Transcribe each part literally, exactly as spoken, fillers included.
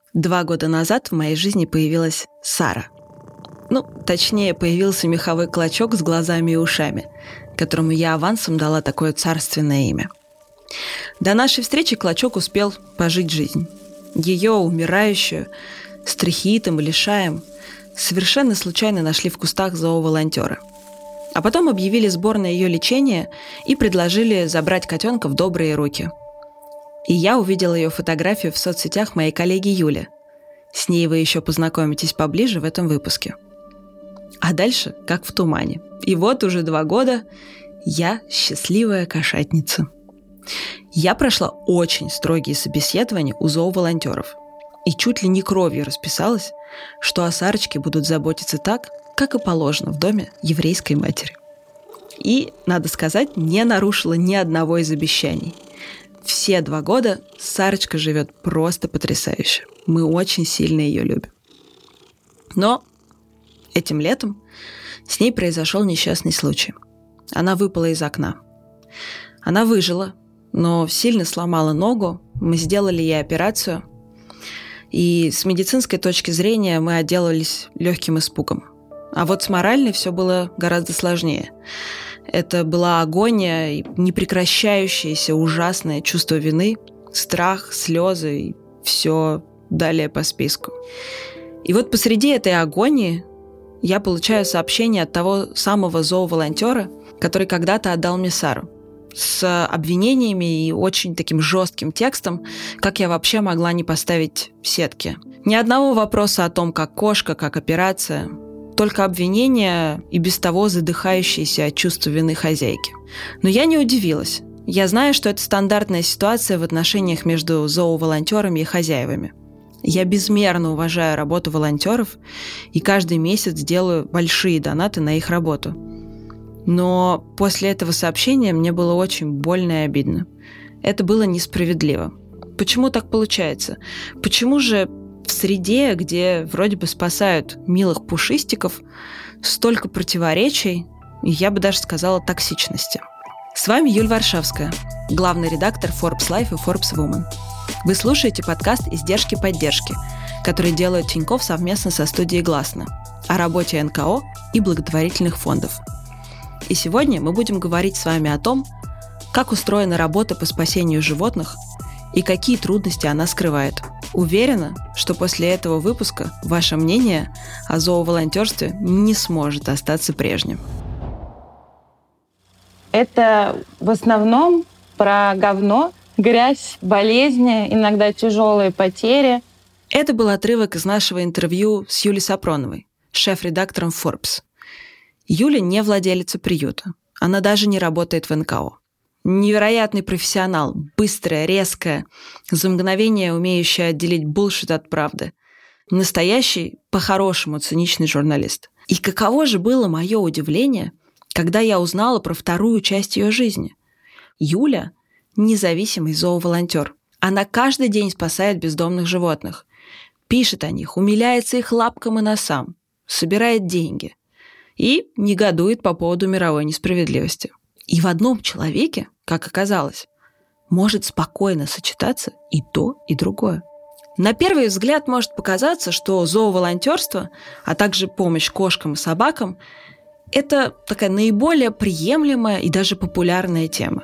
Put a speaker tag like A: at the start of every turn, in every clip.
A: Два года назад в моей жизни появилась Сара. Ну, точнее, появился меховой клочок с глазами и ушами, которому я авансом дала такое царственное имя. До нашей встречи клочок успел пожить жизнь. Ее, умирающую, с трахеитом и лишаем, совершенно случайно нашли в кустах зооволонтеры. А потом объявили сбор на ее лечение и предложили забрать котенка в добрые руки. И я увидела ее фотографию в соцсетях моей коллеги Юли. С ней вы еще познакомитесь поближе в этом выпуске. А дальше как в тумане. И вот уже два года я счастливая кошатница. Я прошла очень строгие собеседования у зооволонтеров. И чуть ли не кровью расписалась, что о Сарочке будут заботиться так, как и положено в доме еврейской матери. И, надо сказать, не нарушила ни одного из обещаний. Все два года Сарочка живет просто потрясающе. Мы очень сильно ее любим. Но этим летом с ней произошел несчастный случай. Она выпала из окна. Она выжила, но сильно сломала ногу. Мы сделали ей операцию. И с медицинской точки зрения мы отделались легким испугом. А вот с моральной все было гораздо сложнее. Это была агония и непрекращающееся ужасное чувство вины, страх, слезы и все далее по списку. И вот посреди этой агонии я получаю сообщение от того самого зооволонтера, который когда-то отдал мне Сару, с обвинениями и очень таким жестким текстом, как я вообще могла не поставить сетки. Ни одного вопроса о том, как кошка, как операция, только обвинения и без того задыхающиеся от чувства вины хозяйки. Но я не удивилась. Я знаю, что это стандартная ситуация в отношениях между зооволонтерами и хозяевами. Я безмерно уважаю работу волонтеров и каждый месяц делаю большие донаты на их работу. Но после этого сообщения мне было очень больно и обидно. Это было несправедливо. Почему так получается? Почему же в среде, где вроде бы спасают милых пушистиков, столько противоречий, и я бы даже сказала токсичности? С вами Юль Варшавская, главный редактор Forbes Life и Forbes Woman. Вы слушаете подкаст «Издержки поддержки», который делает Тинькофф совместно со студией «Гласно» о работе эн ка о и благотворительных фондов. И сегодня мы будем говорить с вами о том, как устроена работа по спасению животных и какие трудности она скрывает. Уверена, что после этого выпуска ваше мнение о зооволонтерстве не сможет остаться прежним.
B: Это в основном про говно, грязь, болезни, иногда тяжелые потери.
A: Это был отрывок из нашего интервью с Юлей Сапроновой, шеф-редактором Forbes. Юля не владелица приюта. Она даже не работает в эн ка о. Невероятный профессионал, быстрая, резкая, за мгновение умеющая отделить булшит от правды. Настоящий, по-хорошему, циничный журналист. И каково же было мое удивление, когда я узнала про вторую часть ее жизни. Юля – независимый зооволонтер. Она каждый день спасает бездомных животных, пишет о них, умиляется их лапкам и носам, собирает деньги и негодует по поводу мировой несправедливости. И в одном человеке, как оказалось, может спокойно сочетаться и то, и другое. На первый взгляд может показаться, что зооволонтерство, а также помощь кошкам и собакам – это такая наиболее приемлемая и даже популярная тема.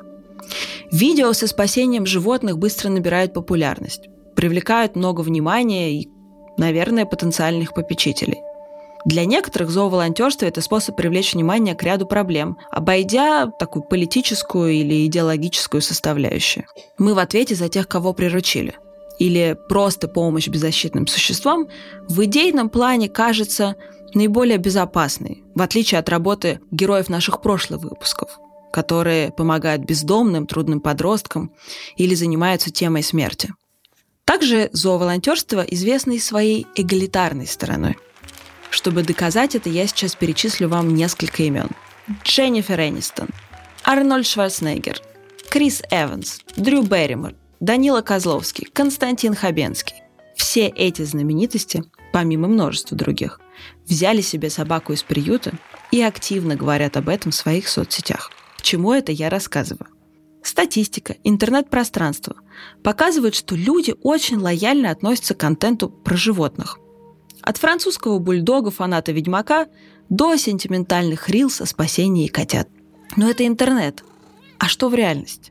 A: Видео со спасением животных быстро набирают популярность, привлекают много внимания и, наверное, потенциальных попечителей. Для некоторых зооволонтерство – это способ привлечь внимание к ряду проблем, обойдя такую политическую или идеологическую составляющую. Мы в ответе за тех, кого приручили. Или просто помощь беззащитным существам в идейном плане кажется наиболее безопасной, в отличие от работы героев наших прошлых выпусков, которые помогают бездомным, трудным подросткам или занимаются темой смерти. Также зооволонтерство известно и своей эгалитарной стороной. Чтобы доказать это, я сейчас перечислю вам несколько имен. Дженнифер Энистон, Арнольд Шварценеггер, Крис Эванс, Дрю Берримор, Данила Козловский, Константин Хабенский. Все эти знаменитости, помимо множества других, взяли себе собаку из приюта и активно говорят об этом в своих соцсетях. К чему это я рассказываю? статистика, интернет-пространство показывают, что люди очень лояльно относятся к контенту про животных. От французского бульдога, фаната Ведьмака, до сентиментальных рилс о спасении котят. Но это интернет. А что в реальности?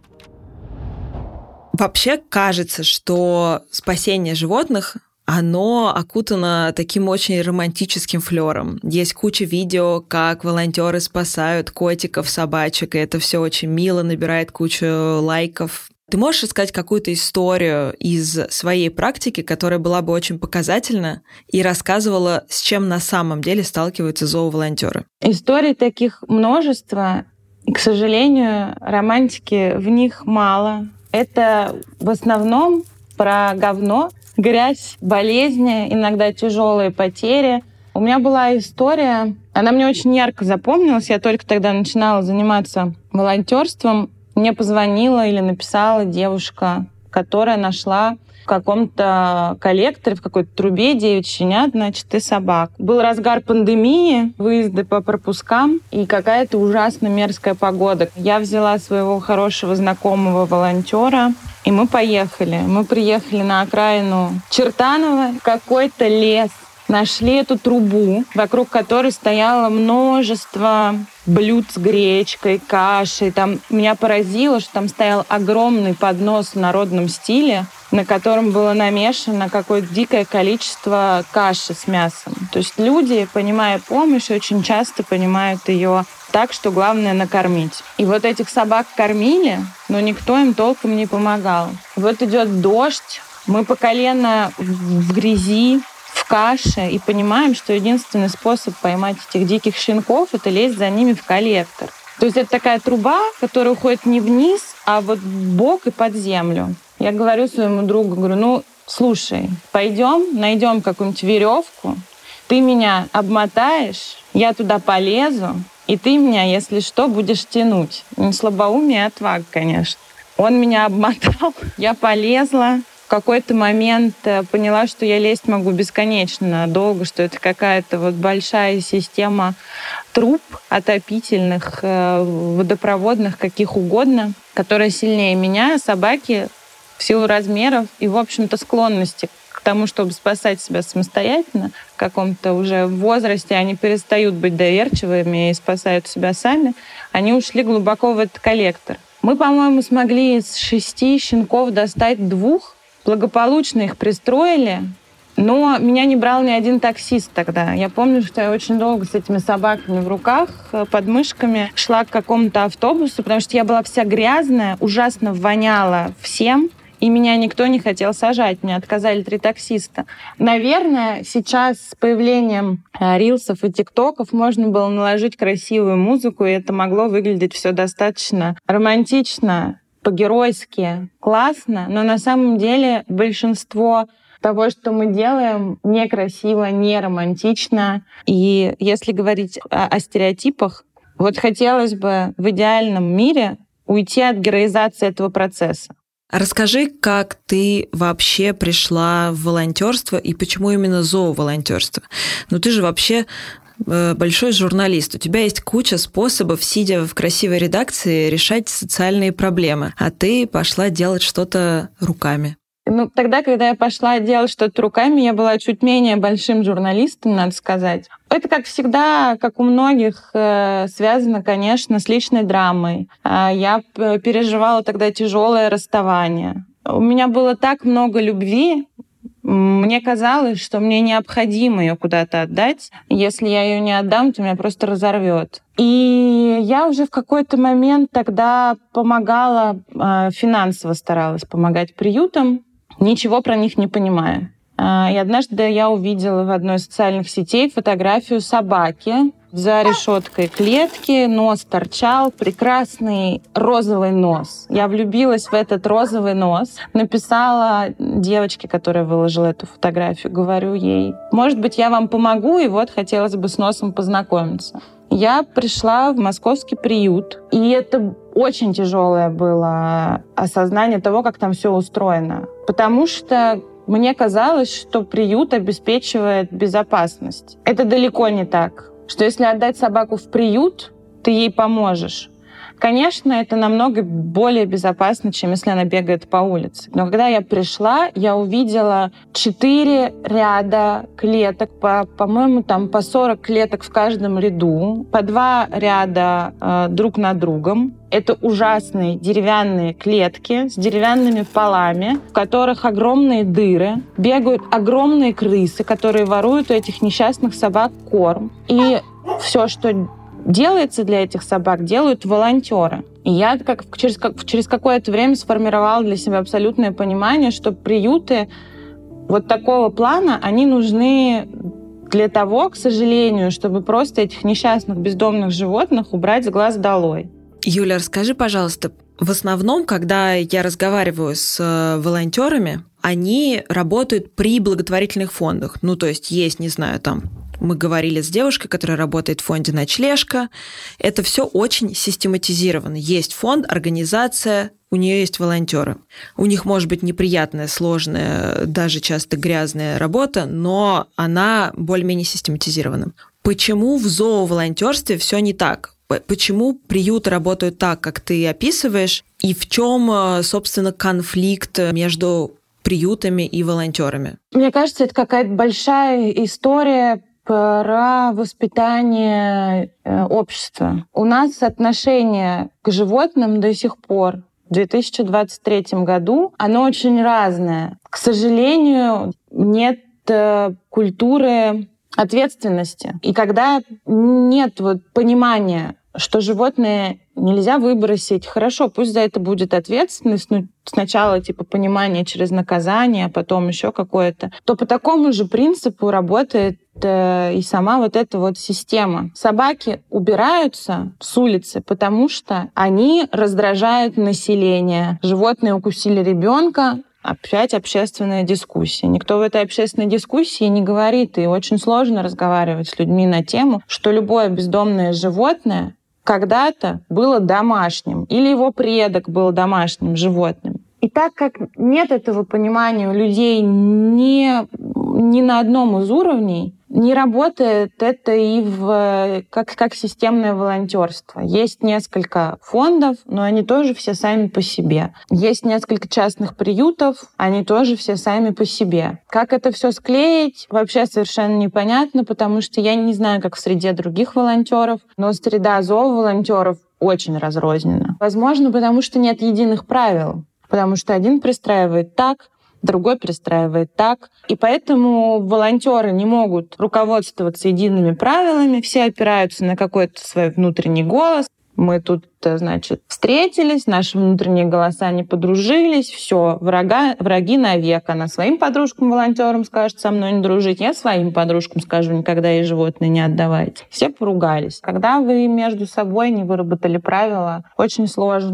A: Вообще кажется, что спасение животных, оно окутано таким очень романтическим флером. Есть куча видео, как волонтеры спасают котиков, собачек, и это все очень мило, набирает кучу лайков. Ты можешь рассказать какую-то историю из своей практики, которая была бы очень показательна и рассказывала, с чем на самом деле сталкиваются зооволонтеры?
B: Историй таких множество, и, к сожалению, романтики в них мало. Это в основном про говно, грязь, болезни, иногда тяжелые потери. У меня была история, она мне очень ярко запомнилась. Я только тогда начинала заниматься волонтерством. Мне позвонила или написала девушка, которая нашла в каком-то коллекторе, в какой-то трубе девять щенят, значит, и собак. Был разгар пандемии, выезды по пропускам и какая-то ужасно мерзкая погода. Я взяла своего хорошего знакомого волонтера, и мы поехали. Мы приехали на окраину Чертанова, какой-то лес. Нашли эту трубу, вокруг которой стояло множество блюд с гречкой, кашей. Там меня поразило, что там стоял огромный поднос в народном стиле, на котором было намешано какое-то дикое количество каши с мясом. То есть люди, понимая помощь, очень часто понимают ее так, что главное накормить. И вот этих собак кормили, но никто им толком не помогал. Вот идет дождь, мы по колено в грязи, в каше, и понимаем, что единственный способ поймать этих диких щенков — это лезть за ними в коллектор. То есть это такая труба, которая уходит не вниз, а вот в бок и под землю. Я говорю своему другу, говорю, ну, слушай, пойдем, найдем какую-нибудь веревку, ты меня обмотаешь, я туда полезу, и ты меня, если что, будешь тянуть. Не слабоумие, а отвага, конечно. Он меня обмотал, я полезла. В какой-то момент поняла, что я лезть могу бесконечно долго, что это какая-то вот большая система труб отопительных, водопроводных, каких угодно, которая сильнее меня. Собаки в силу размеров и, в общем-то, склонности к тому, чтобы спасать себя самостоятельно, в каком-то уже возрасте они перестают быть доверчивыми и спасают себя сами, они ушли глубоко в этот коллектор. Мы, по-моему, смогли из шести щенков достать двух, благополучно их пристроили, но меня не брал ни один таксист тогда. Я помню, что я очень долго с этими собаками в руках, под мышками, шла к какому-то автобусу, потому что я была вся грязная, ужасно воняла всем, и меня никто не хотел сажать. Мне отказали три таксиста. Наверное, сейчас с появлением рилсов и тиктоков можно было наложить красивую музыку, и это могло выглядеть все достаточно романтично, по-геройски, классно, но на самом деле большинство того, что мы делаем, некрасиво, не романтично. И если говорить о, о стереотипах, вот хотелось бы в идеальном мире уйти от героизации этого процесса.
A: Расскажи, как ты вообще пришла в волонтерство и почему именно зооволонтерство? Ну ты же вообще большой журналист. У тебя есть куча способов, сидя в красивой редакции, решать социальные проблемы, а ты пошла делать что-то руками.
B: Ну, тогда, когда я пошла делать что-то руками, я была чуть менее большим журналистом, надо сказать. Это, как всегда, как у многих, связано, конечно, с личной драмой. Я переживала тогда тяжелое расставание. У меня было так много любви. Мне казалось, что мне необходимо ее куда-то отдать. Если я ее не отдам, то меня просто разорвет. И я уже в какой-то момент тогда помогала, финансово старалась помогать приютам, ничего про них не понимая. И однажды я увидела в одной из социальных сетей фотографию собаки за решеткой клетки, нос торчал, прекрасный розовый нос. Я влюбилась в этот розовый нос, написала девочке, которая выложила эту фотографию, говорю ей, может быть, я вам помогу, и вот хотелось бы с носом познакомиться. Я пришла в московский приют, и это очень тяжелое было осознание того, как там все устроено. Потому что мне казалось, что приют обеспечивает безопасность. Это далеко не так. Что если отдать собаку в приют, ты ей поможешь. Конечно, это намного более безопасно, чем если она бегает по улице. Но когда я пришла, я увидела четыре ряда клеток, по, по-моему, там по сорок клеток в каждом ряду, по два ряда э, друг над другом. Это ужасные деревянные клетки с деревянными полами, в которых огромные дыры. Бегают огромные крысы, которые воруют у этих несчастных собак корм. И все, что делается для этих собак, делают волонтеры. И я как, через, как, через какое-то время сформировала для себя абсолютное понимание, что приюты вот такого плана, они нужны для того, к сожалению, чтобы просто этих несчастных бездомных животных убрать с глаз долой.
A: Юля, расскажи, пожалуйста, в основном, когда я разговариваю с волонтерами, они работают при благотворительных фондах. Ну, то есть есть, не знаю, там, мы говорили с девушкой, которая работает в фонде «Ночлежка». Это все очень систематизировано. Есть фонд, организация, у нее есть волонтеры. У них может быть неприятная, сложная, даже часто грязная работа, но она более-менее систематизирована. Почему в зооволонтерстве все не так? Почему приюты работают так, как ты описываешь, и в чем, собственно, конфликт между приютами и волонтерами?
B: Мне кажется, это какая-то большая история про воспитание общества. У нас отношение к животным до сих пор в две тысячи двадцать третьем году, оно очень разное. К сожалению, нет культуры ответственности. И когда нет вот понимания, что животное нельзя выбросить, хорошо, пусть за это будет ответственность, ну, сначала типа понимание через наказание, а потом еще какое-то, то по такому же принципу работает э, и сама вот эта вот система. Собаки убираются с улицы, потому что они раздражают население. Животные укусили ребенка, опять общественная дискуссия. Никто в этой общественной дискуссии не говорит, и очень сложно разговаривать с людьми на тему, что любое бездомное животное когда-то было домашним, или его предок был домашним животным. И так как нет этого понимания у людей ни, ни на одном из уровней, не работает это и в, как, как системное волонтерство. Есть несколько фондов, но они тоже все сами по себе. Есть несколько частных приютов, они тоже все сами по себе. Как это все склеить, вообще совершенно непонятно, потому что я не знаю, как в среде других волонтеров, но среда зооволонтеров очень разрознена. Возможно, потому что нет единых правил, потому что один пристраивает так, другой пристраивает так. И поэтому волонтеры не могут руководствоваться едиными правилами, все опираются на какой-то свой внутренний голос. Мы тут, значит, встретились, наши внутренние голоса не подружились, все, врага, враги навек. Она своим подружкам-волонтерам скажет со мной не дружить, я своим подружкам скажу, никогда ей животное не отдавайте. Все поругались. Когда вы между собой не выработали правила, очень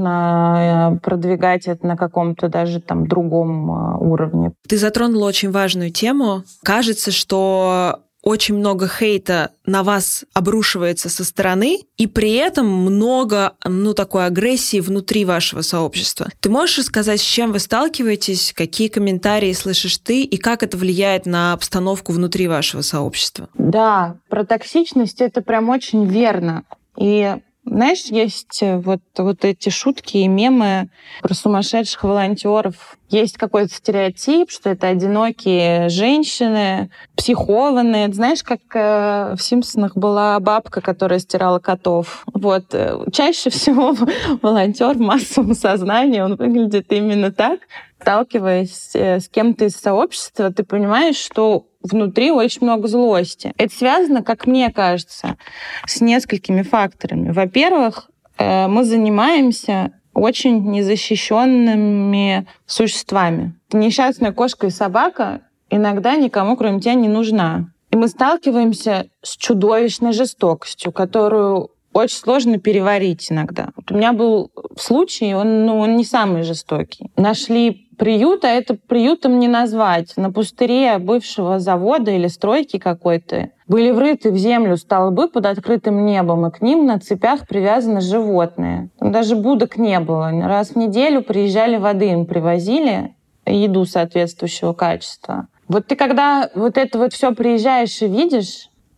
B: сложно продвигать это на каком-то даже там другом уровне.
A: Ты затронула очень важную тему. Кажется, что очень много хейта на вас обрушивается со стороны, и при этом много, ну, такой агрессии внутри вашего сообщества. Ты можешь рассказать, с чем вы сталкиваетесь, какие комментарии слышишь ты, и как это влияет на обстановку внутри вашего сообщества?
B: Да, про токсичность это прям очень верно. И знаешь, есть вот, вот эти шутки и мемы про сумасшедших волонтеров. Есть какой-то стереотип, что это одинокие женщины, психованные. Знаешь, как э, в «Симпсонах» была бабка, которая стирала котов. Вот. Чаще всего волонтер в массовом сознании, он выглядит именно так. Сталкиваясь с кем-то из сообщества, ты понимаешь, что внутри очень много злости. Это связано, как мне кажется, с несколькими факторами. Во-первых, мы занимаемся очень незащищенными существами. Несчастная кошка и собака иногда никому, кроме тебя, не нужна. И мы сталкиваемся с чудовищной жестокостью, которую очень сложно переварить иногда. Вот у меня был случай, он, ну, он не самый жестокий. Нашли приют, а это приютом не назвать. На пустыре бывшего завода или стройки какой-то были врыты в землю столбы под открытым небом, и к ним на цепях привязаны животные. Там даже будок не было. Раз в неделю приезжали, воды им привозили, еду соответствующего качества. Вот ты когда вот это вот все приезжаешь и видишь,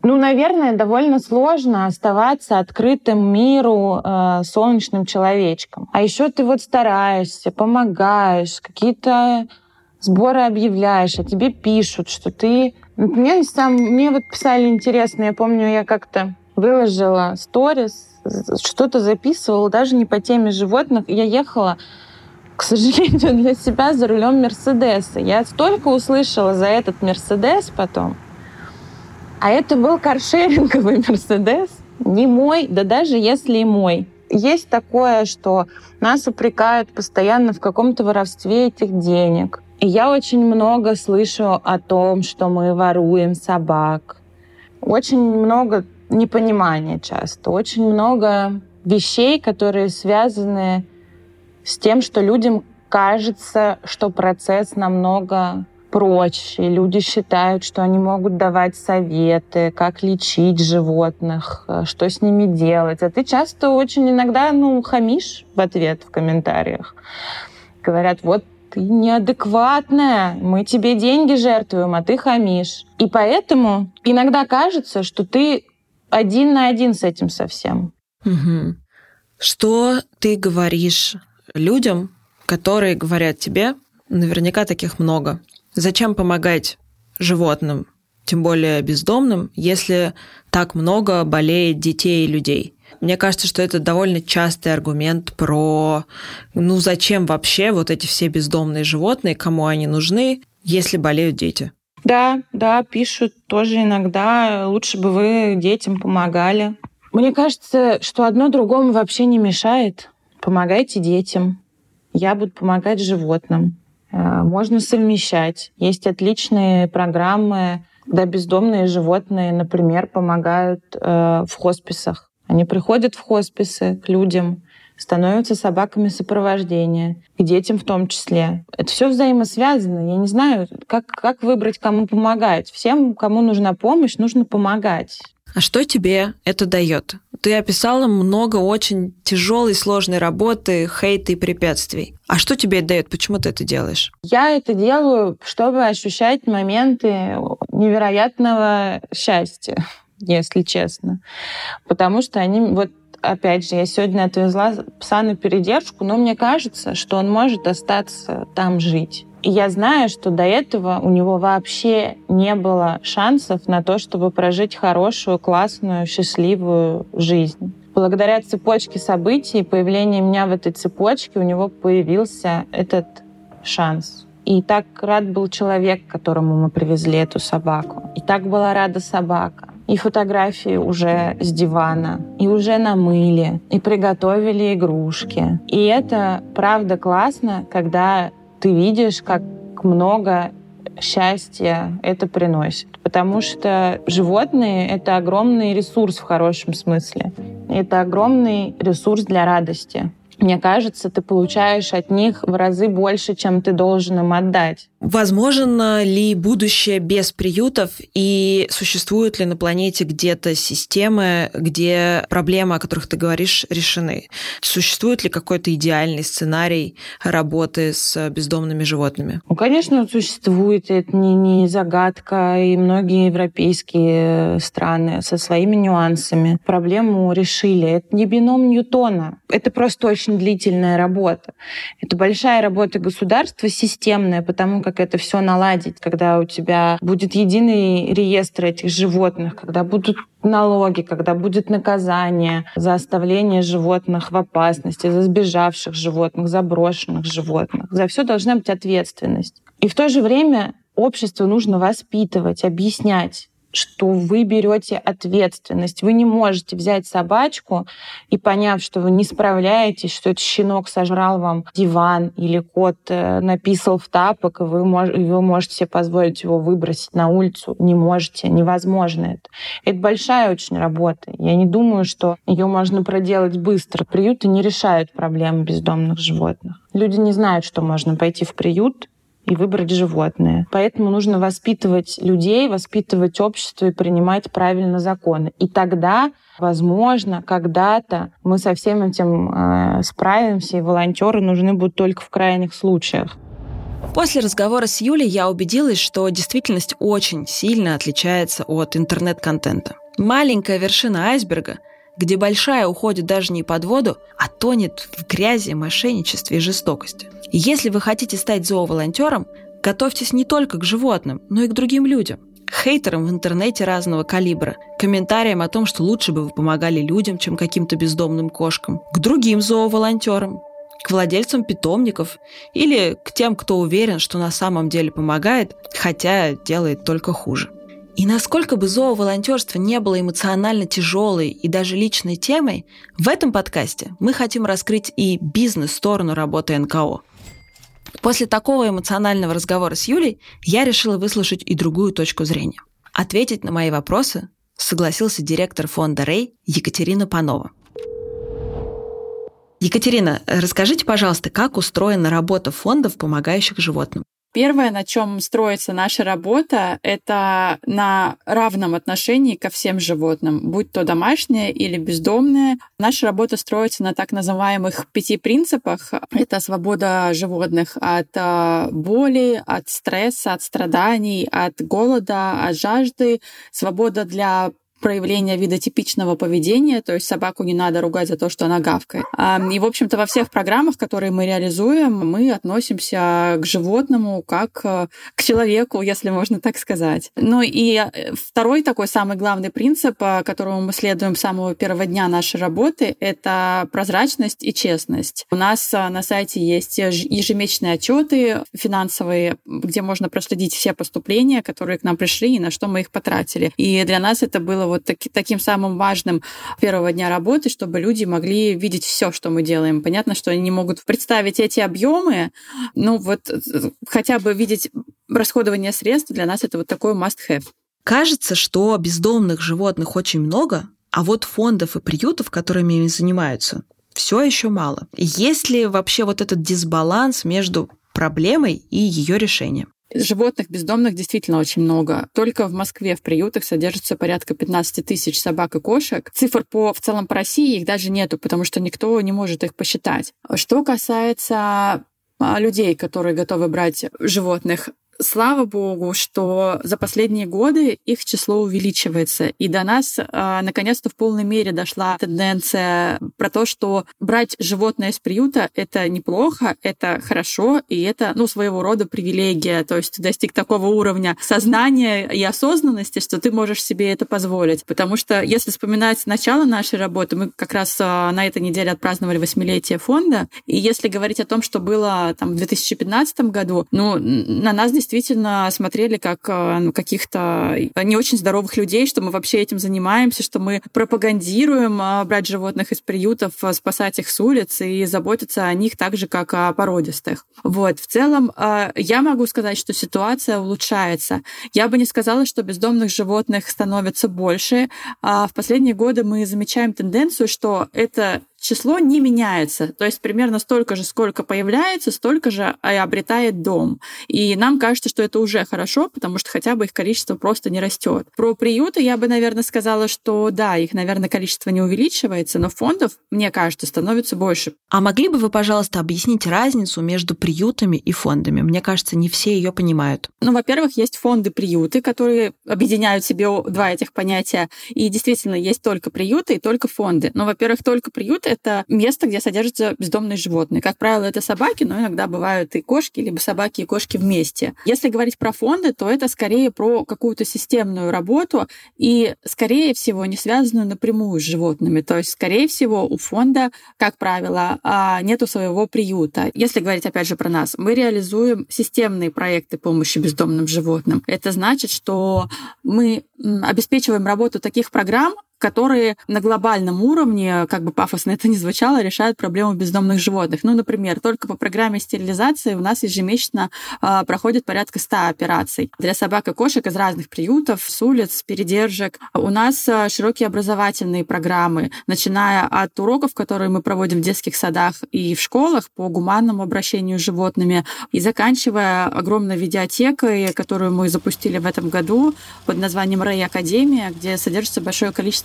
B: Ну, наверное, довольно сложно оставаться открытым миру э, солнечным человечком. А еще ты вот стараешься, помогаешь, какие-то сборы объявляешь, а тебе пишут, что ты... Мне, сам, мне вот писали интересно, я помню, я как-то выложила сторис, что-то записывала, даже не по теме животных. Я ехала, к сожалению, для себя за рулем Мерседеса. Я столько услышала за этот Мерседес потом. А это был каршеринговый Мерседес, не мой, да даже если и мой. Есть такое, что нас упрекают постоянно в каком-то воровстве этих денег. И я очень много слышу о том, что мы воруем собак. Очень много непонимания часто, очень много вещей, которые связаны с тем, что людям кажется, что процесс намного проще. Люди считают, что они могут давать советы, как лечить животных, что с ними делать. А ты часто очень иногда ну, хамишь в ответ в комментариях. Говорят, вот ты неадекватная, мы тебе деньги жертвуем, а ты хамишь. И поэтому иногда кажется, что ты один на один с этим совсем.
A: Угу. Что ты говоришь людям, которые говорят тебе, наверняка таких много, зачем помогать животным, тем более бездомным, если так много болеет детей и людей? Мне кажется, что это довольно частый аргумент про, ну зачем вообще вот эти все бездомные животные, кому они нужны, если болеют дети?
B: Да, да, пишут тоже иногда, лучше бы вы детям помогали. Мне кажется, что одно другому вообще не мешает. Помогайте детям, я буду помогать животным. Можно совмещать. Есть отличные программы, когда бездомные животные, например, помогают э, в хосписах. Они приходят в хосписы к людям, становятся собаками сопровождения, к детям в том числе. Это все взаимосвязано. Я не знаю, как, как выбрать, кому помогать. Всем, кому нужна помощь, нужно помогать.
A: А что тебе это дает? Ты описала много очень тяжелой, сложной работы, хейта и препятствий. А что тебе это дает? Почему ты это делаешь?
B: Я это делаю, чтобы ощущать моменты невероятного счастья, если честно. Потому что они... Вот опять же, я сегодня отвезла пса на передержку, но мне кажется, что он может остаться там жить. И я знаю, что до этого у него вообще не было шансов на то, чтобы прожить хорошую, классную, счастливую жизнь. Благодаря цепочке событий, появлению меня в этой цепочке, у него появился этот шанс. И так рад был человек, которому мы привезли эту собаку. И так была рада собака. И фотографии уже с дивана, и уже намыли, и приготовили игрушки. И это правда классно, когда ты видишь, как много счастья это приносит. Потому что животные — это огромный ресурс в хорошем смысле. Это огромный ресурс для радости. Мне кажется, ты получаешь от них в разы больше, чем ты должен им отдать.
A: Возможно ли будущее без приютов, и существуют ли на планете где-то системы, где проблемы, о которых ты говоришь, решены? Существует ли какой-то идеальный сценарий работы с бездомными животными?
B: Ну, конечно, существует. Это не, не загадка. И многие европейские страны со своими нюансами проблему решили. Это не бином Ньютона. Это просто очень длительная работа. Это большая работа государства, системная, потому как это все наладить, когда у тебя будет единый реестр этих животных, когда будут налоги, когда будет наказание за оставление животных в опасности, за сбежавших животных, за брошенных животных. За все должна быть ответственность. И в то же время общество нужно воспитывать, объяснять, что вы берете ответственность. Вы не можете взять собачку и, поняв, что вы не справляетесь, что этот щенок сожрал вам диван или кот написал в тапок, и вы, мож- и вы можете себе позволить его выбросить на улицу. Не можете, невозможно это. Это большая очень работа. Я не думаю, что ее можно проделать быстро. Приюты не решают проблемы бездомных животных. Люди не знают, что можно пойти в приют и выбрать животное. Поэтому нужно воспитывать людей, воспитывать общество и принимать правильно законы. И тогда, возможно, когда-то мы со всем этим э, справимся, и волонтеры нужны будут только в крайних случаях.
A: После разговора с Юлей я убедилась, что действительность очень сильно отличается от интернет-контента. Маленькая вершина айсберга, где большая уходит даже не под воду, а тонет в грязи, мошенничестве и жестокости. И если вы хотите стать зооволонтером, готовьтесь не только к животным, но и к другим людям. Хейтерам в интернете разного калибра, комментариям о том, что лучше бы вы помогали людям, чем каким-то бездомным кошкам, к другим зооволонтерам, к владельцам питомников или к тем, кто уверен, что на самом деле помогает, хотя делает только хуже. И насколько бы зооволонтерство не было эмоционально тяжелой и даже личной темой, в этом подкасте мы хотим раскрыть и бизнес-сторону работы эн ка о. После такого эмоционального разговора с Юлей я решила выслушать и другую точку зрения. Ответить на мои вопросы согласился директор фонда «Рэй» Екатерина Панова. Екатерина, расскажите, пожалуйста, как устроена работа фондов, помогающих животным?
C: Первое, на чем строится наша работа, это на равном отношении ко всем животным, будь то домашнее или бездомное. Наша работа строится на так называемых пяти принципах. Это свобода животных от боли, от стресса, от страданий, от голода, от жажды, свобода для проявление видотипичного поведения, то есть собаку не надо ругать за то, что она гавкает. И, в общем-то, во всех программах, которые мы реализуем, мы относимся к животному как к человеку, если можно так сказать. Ну и второй такой самый главный принцип, которому мы следуем с самого первого дня нашей работы, это прозрачность и честность. У нас на сайте есть ежемесячные отчеты финансовые, где можно проследить все поступления, которые к нам пришли и на что мы их потратили. И для нас это было вот таки, таким самым важным первого дня работы, чтобы люди могли видеть все, что мы делаем. Понятно, что они не могут представить эти объемы, но вот хотя бы видеть расходование средств, для нас это вот такой must-have.
A: Кажется, что бездомных животных очень много, а вот фондов и приютов, которыми ими занимаются, все еще мало. Есть ли вообще вот этот дисбаланс между проблемой и ее решением?
C: Животных бездомных действительно очень много. Только в Москве в приютах содержится порядка пятнадцать тысяч собак и кошек. Цифр по, в целом по России их даже нету, потому что никто не может их посчитать. Что касается людей, которые готовы брать животных, слава богу, что за последние годы их число увеличивается. И до нас а, наконец-то в полной мере дошла тенденция про то, что брать животное из приюта — это неплохо, это хорошо, и это, ну, своего рода привилегия. То есть ты достиг такого уровня сознания и осознанности, что ты можешь себе это позволить. Потому что если вспоминать начало нашей работы, мы как раз а, на этой неделе отпраздновали восьмилетие фонда, и если говорить о том, что было там в две тысячи пятнадцатом году, ну, на нас действительно действительно смотрели как ну, каких-то не очень здоровых людей, что мы вообще этим занимаемся, что мы пропагандируем брать животных из приютов, спасать их с улиц и заботиться о них так же, как о породистых. Вот. В целом, я могу сказать, что ситуация улучшается. Я бы не сказала, что бездомных животных становится больше. В последние годы мы замечаем тенденцию, что это число не меняется. То есть примерно столько же, сколько появляется, столько же и обретает дом. И нам кажется, что это уже хорошо, потому что хотя бы их количество просто не растет. Про приюты я бы, наверное, сказала, что да, их, наверное, количество не увеличивается, но фондов, мне кажется, становится больше.
A: А могли бы вы, пожалуйста, объяснить разницу между приютами и фондами? Мне кажется, не все ее понимают.
C: Ну, во-первых, есть фонды-приюты, которые объединяют в себе два этих понятия. И действительно, есть только приюты и только фонды. Но, во-первых, только приюты — это место, где содержатся бездомные животные. Как правило, это собаки, но иногда бывают и кошки, либо собаки и кошки вместе. Если говорить про фонды, то это скорее про какую-то системную работу и, скорее всего, не связанную напрямую с животными. То есть, скорее всего, у фонда, как правило, нету своего приюта. Если говорить, опять же, про нас, мы реализуем системные проекты помощи бездомным животным. Это значит, что мы обеспечиваем работу таких программ, которые на глобальном уровне, как бы пафосно это ни звучало, решают проблему бездомных животных. Ну, например, только по программе стерилизации у нас ежемесячно э, проходит порядка ста операций для собак и кошек из разных приютов, с улиц, передержек. У нас э, широкие образовательные программы, начиная от уроков, которые мы проводим в детских садах и в школах по гуманному обращению с животными, и заканчивая огромной видеотекой, которую мы запустили в этом году под названием «Рэй Академия», где содержится большое количество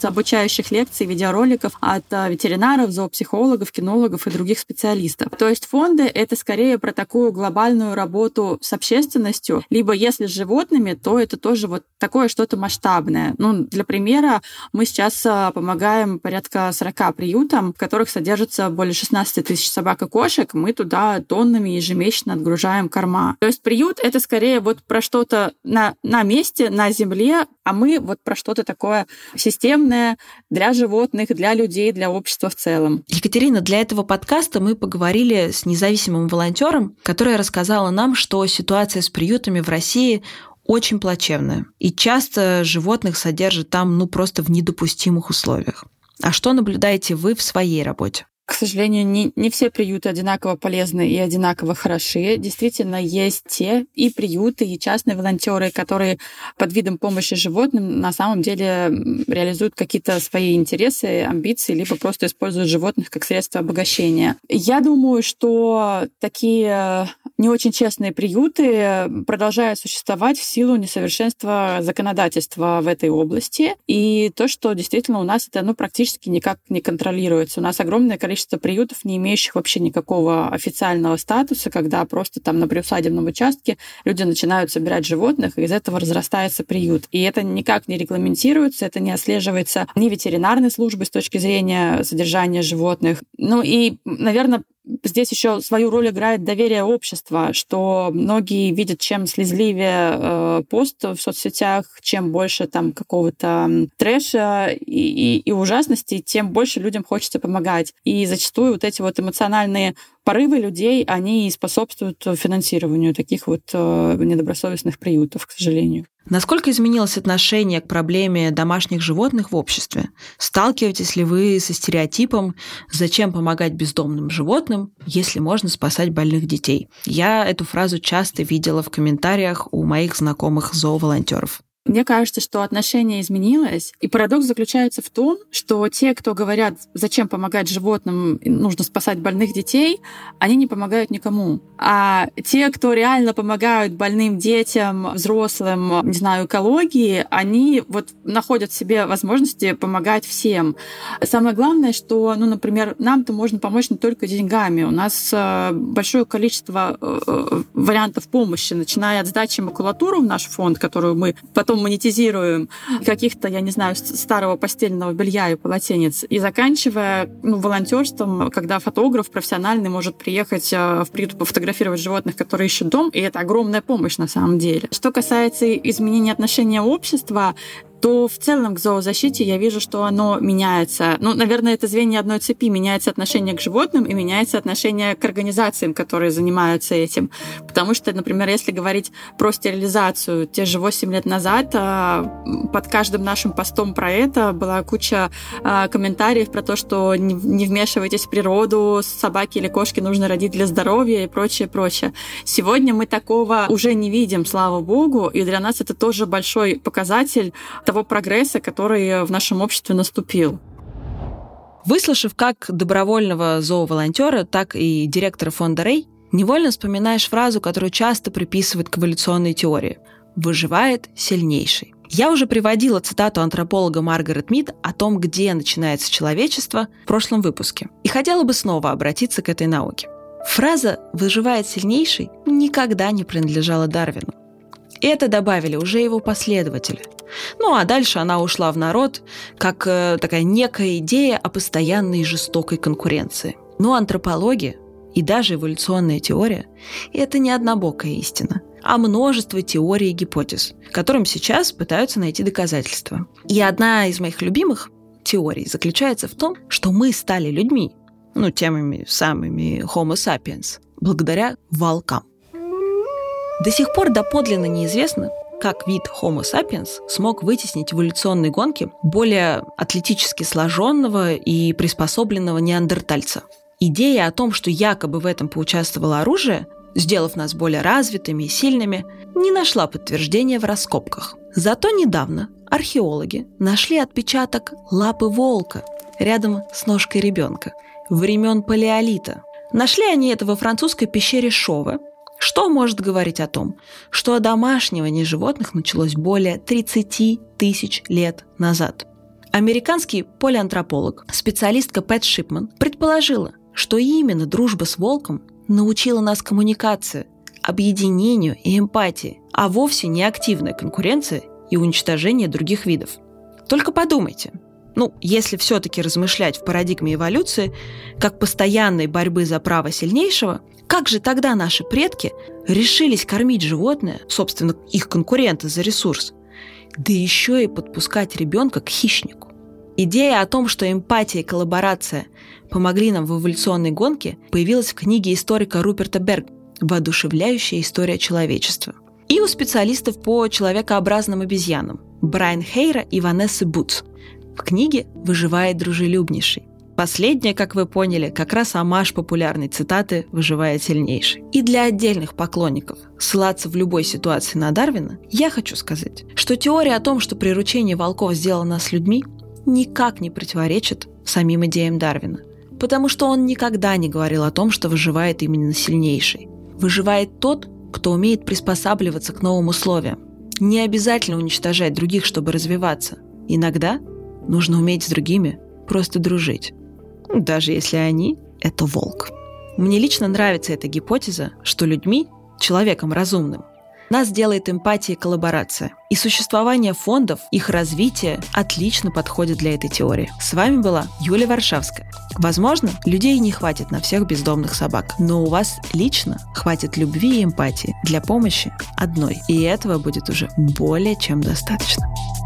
C: масса обучающих лекций, видеороликов от ветеринаров, зоопсихологов, кинологов и других специалистов. То есть фонды — это скорее про такую глобальную работу с общественностью, либо если с животными, то это тоже вот такое что-то масштабное. Ну, для примера, мы сейчас помогаем порядка сорока приютам, в которых содержится более шестнадцать тысяч собак и кошек. Мы туда тоннами ежемесячно отгружаем корма. То есть приют — это скорее вот про что-то на, на месте, на земле, а мы вот про что-то такое системное для животных, для людей, для общества в целом.
A: Екатерина, для этого подкаста мы поговорили с независимым волонтером, которая рассказала нам, что ситуация с приютами в России очень плачевная. И часто животных содержат там ну просто в недопустимых условиях. А что наблюдаете вы в своей работе?
C: К сожалению, не, не все приюты одинаково полезны и одинаково хороши. Действительно, есть те и приюты, и частные волонтеры, которые под видом помощи животным на самом деле реализуют какие-то свои интересы, амбиции, либо просто используют животных как средство обогащения. Я думаю, что такие не очень честные приюты продолжают существовать в силу несовершенства законодательства в этой области. И то, что действительно у нас это ну, практически никак не контролируется. У нас огромное количество приютов, не имеющих вообще никакого официального статуса, когда просто там на приусадебном участке люди начинают собирать животных, и из этого разрастается приют. И это никак не регламентируется, это не отслеживается ни ветеринарной службой с точки зрения содержания животных. Ну и, наверное, здесь еще свою роль играет доверие общества, что многие видят, чем слезливее э, пост в соцсетях, чем больше там какого-то трэша и, и, и ужасностей, тем больше людям хочется помогать. И зачастую вот эти вот эмоциональные порывы людей, они способствуют финансированию таких вот э, недобросовестных приютов, к сожалению.
A: Насколько изменилось отношение к проблеме домашних животных в обществе? Сталкиваетесь ли вы со стереотипом «зачем помогать бездомным животным, если можно спасать больных детей?» Я эту фразу часто видела в комментариях у моих знакомых зооволонтеров.
C: Мне кажется, что отношение изменилось, и парадокс заключается в том, что те, кто говорят, зачем помогать животным, нужно спасать больных детей, они не помогают никому. А те, кто реально помогают больным детям, взрослым, не знаю, экологии, они вот находят в себе возможности помогать всем. Самое главное, что, ну, например, нам-то можно помочь не только деньгами. У нас большое количество вариантов помощи, начиная от сдачи макулатуры в наш фонд, которую мы потом монетизируем, каких-то, я не знаю, старого постельного белья и полотенец, и заканчивая ну, волонтерством, когда фотограф профессиональный может приехать в приют пофотографировать животных, которые ищут дом, и это огромная помощь на самом деле. Что касается изменения отношения общества, то в целом к зоозащите я вижу, что оно меняется. Ну, наверное, это звенья одной цепи. Меняется отношение к животным и меняется отношение к организациям, которые занимаются этим. Потому что, например, если говорить про стерилизацию, те же восемь лет назад под каждым нашим постом про это была куча комментариев про то, что не вмешивайтесь в природу, собаки или кошки нужно родить для здоровья и прочее, прочее. Сегодня мы такого уже не видим, слава богу, и для нас это тоже большой показатель того прогресса, который в нашем обществе наступил.
A: Выслушав как добровольного зооволонтера, так и директора фонда Рэй, невольно вспоминаешь фразу, которую часто приписывают к эволюционной теории «выживает сильнейший». Я уже приводила цитату антрополога Маргарет Мид о том, где начинается человечество в прошлом выпуске. И хотела бы снова обратиться к этой науке. Фраза «выживает сильнейший» никогда не принадлежала Дарвину. Это добавили уже его последователи. Ну а дальше она ушла в народ как э, такая некая идея о постоянной жестокой конкуренции. Но антропология и даже эволюционная теория – это не однобокая истина, а множество теорий и гипотез, которым сейчас пытаются найти доказательства. И одна из моих любимых теорий заключается в том, что мы стали людьми, ну, теми самыми Homo sapiens, благодаря волкам. До сих пор доподлинно неизвестно, как вид Homo sapiens смог вытеснить в эволюционной гонке более атлетически сложенного и приспособленного неандертальца. Идея о том, что якобы в этом поучаствовало оружие, сделав нас более развитыми и сильными, не нашла подтверждения в раскопках. Зато недавно археологи нашли отпечаток лапы волка рядом с ножкой ребенка времен палеолита. Нашли они это во французской пещере Шове, что может говорить о том, что одомашнивание животных началось более тридцать тысяч лет назад. Американский палеоантрополог, специалистка Пэт Шипман, предположила, что именно дружба с волком научила нас коммуникации, объединению и эмпатии, а вовсе не активная конкуренция и уничтожение других видов. Только подумайте, ну, если все-таки размышлять в парадигме эволюции, как постоянной борьбы за право сильнейшего, как же тогда наши предки решились кормить животное, собственно, их конкурента за ресурс, да еще и подпускать ребенка к хищнику? Идея о том, что эмпатия и коллаборация помогли нам в эволюционной гонке, появилась в книге историка Руперта Берга «Воодушевляющая история человечества» и у специалистов по человекообразным обезьянам Брайан Хейра и Ванессы Бутс. В книге «Выживает дружелюбнейший». Последняя, как вы поняли, как раз омаж популярной цитаты «Выживает сильнейший». И для отдельных поклонников ссылаться в любой ситуации на Дарвина, я хочу сказать, что теория о том, что приручение волков сделало нас людьми, никак не противоречит самим идеям Дарвина, потому что он никогда не говорил о том, что выживает именно сильнейший. Выживает тот, кто умеет приспосабливаться к новым условиям. Не обязательно уничтожать других, чтобы развиваться. Иногда нужно уметь с другими просто дружить, даже если они – это волк. Мне лично нравится эта гипотеза, что людьми, человеком разумным, нас делает эмпатия и коллаборация. И существование фондов, их развитие отлично подходит для этой теории. С вами была Юлия Варшавская. Возможно, людей не хватит на всех бездомных собак, но у вас лично хватит любви и эмпатии для помощи одной. И этого будет уже более чем достаточно.